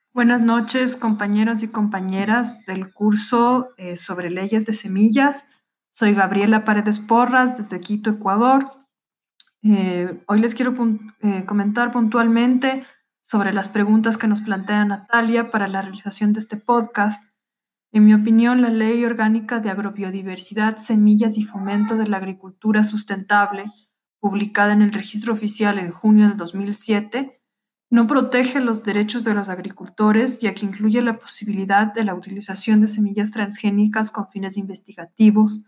Buenas noches, compañeros y compañeras del curso sobre leyes de semillas. Soy Gabriela Paredes Porras desde Quito, Ecuador. Hoy les quiero comentar puntualmente sobre las preguntas que nos plantea Natalia para la realización de este podcast. En mi opinión, la Ley Orgánica de Agrobiodiversidad, Semillas y Fomento de la Agricultura Sustentable, publicada en el Registro Oficial en junio del 2007, no protege los derechos de los agricultores, ya que incluye la posibilidad de la utilización de semillas transgénicas con fines investigativos.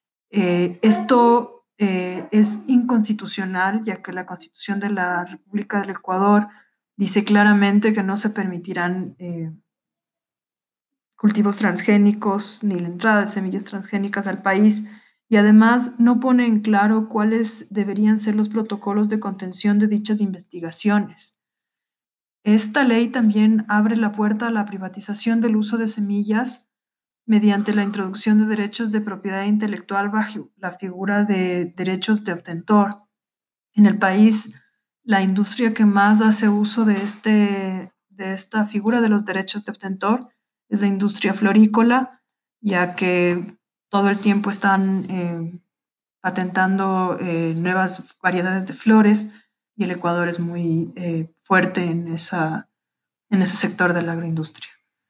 Esto es inconstitucional, ya que la Constitución de la República del Ecuador dice claramente que no se permitirán cultivos transgénicos ni la entrada de semillas transgénicas al país, y además no pone en claro cuáles deberían ser los protocolos de contención de dichas investigaciones. Esta ley también abre la puerta a la privatización del uso de semillas mediante la introducción de derechos de propiedad intelectual bajo la figura de derechos de obtentor. En el país, la industria que más hace uso de esta figura de los derechos de obtentor es la industria florícola, ya que todo el tiempo están patentando nuevas variedades de flores, y el Ecuador es muy fuerte en ese sector de la agroindustria.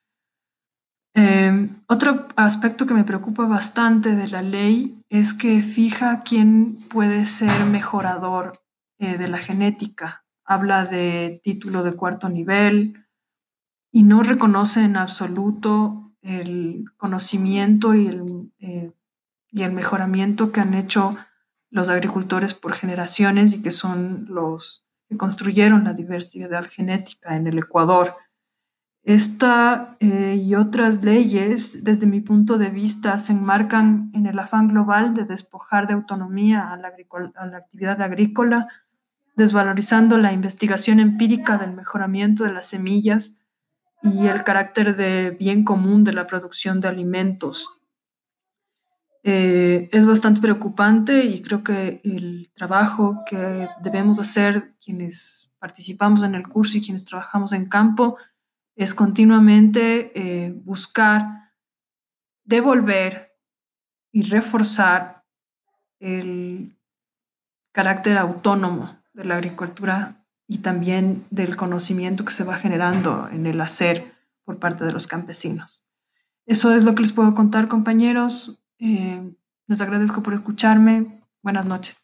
Otro aspecto que me preocupa bastante de la ley es que fija quién puede ser mejorador de la genética. Habla de título de cuarto nivel y no reconoce en absoluto el conocimiento y el mejoramiento que han hecho los agricultores por generaciones y que son los que construyeron la diversidad genética en el Ecuador. Esta y otras leyes, desde mi punto de vista, se enmarcan en el afán global de despojar de autonomía a la actividad agrícola, desvalorizando la investigación empírica del mejoramiento de las semillas y el carácter de bien común de la producción de alimentos. Es bastante preocupante y creo que el trabajo que debemos hacer quienes participamos en el curso y quienes trabajamos en campo es continuamente buscar devolver y reforzar el carácter autónomo de la agricultura y también del conocimiento que se va generando en el hacer por parte de los campesinos. Eso es lo que les puedo contar, compañeros. Les agradezco por escucharme. Buenas noches.